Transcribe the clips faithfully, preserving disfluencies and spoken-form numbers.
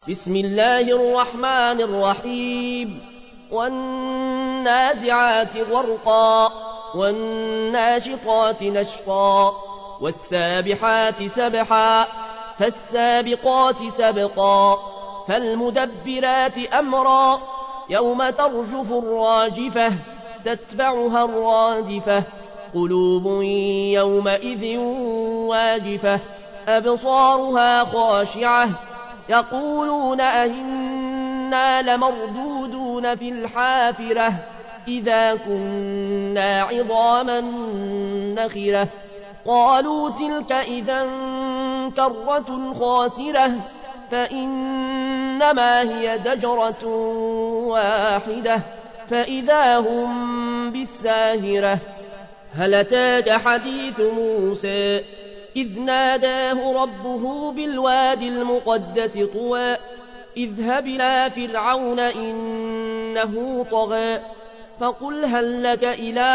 بسم الله الرحمن الرحيم والنازعات غرقا والناشطات نشطا والسابحات سبحا فالسابقات سبقا فالمدبرات أمرا يوم ترجف الراجفة تتبعها الرادفة قلوب يومئذ واجفة أبصارها خاشعة يقولون أئنا لمردودون في الحافرة إذا كنا عظاما نخرة قالوا تلك إذا كرة خاسرة فإنما هي زجرة واحدة فإذا هم بالساهرة هل أتاك حديث موسى إذ ناداه ربه بالوادي المقدس طوى اذهب إلى فرعون إنه طغى فقل هل لك إلى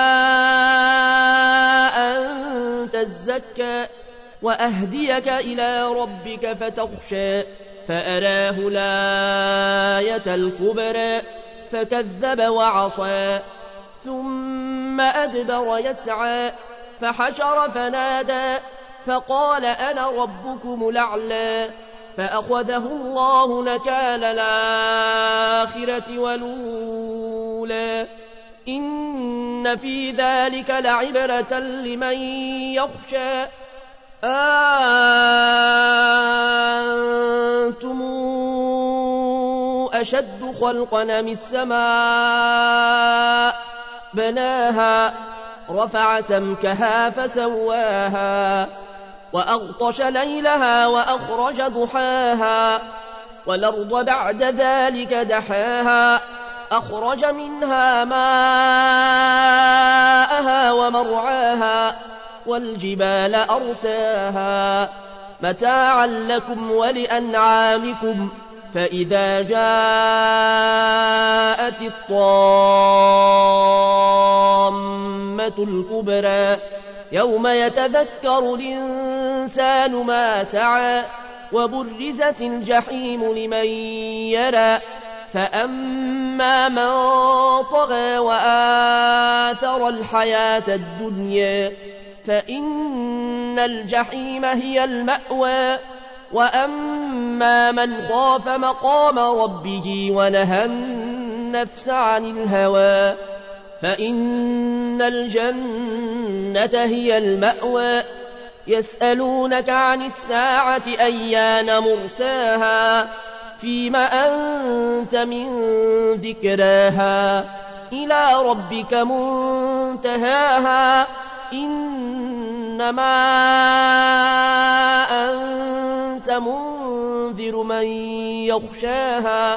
أن تزكى وأهديك إلى ربك فتخشى فأراه الآية الكبرى فكذب وعصى ثم أدبر يسعى فحشر فنادى فقال أنا ربكم الأعلى فأخذه الله نكال الآخرة والأولى إن في ذلك لعبرة لمن يخشى أنتم أشد خلقا أم السماء بناها رفع سمكها فسواها وأغطش ليلها وأخرج ضحاها والأرض بعد ذلك دحاها أخرج منها ماءها ومرعاها والجبال أرساها متاعا لكم ولأنعامكم فإذا جاءت الطامة الكبرى يوم يتذكر الإنسان ما سعى وبرزت الجحيم لمن يرى فأما من طغى وآثر الحياة الدنيا فإن الجحيم هي المأوى وأما من خاف مقام ربه ونهى النفس عن الهوى فإن الجنة هي المأوى يسألونك عن الساعة أيان مرساها فيم أنت من ذكراها إلى ربك منتهاها إنما أنت منذر من يخشاها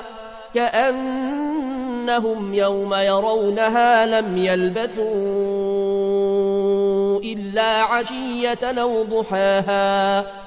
كأنهم يوم يرونها لم يلبثوا إلا عشية أو ضحاها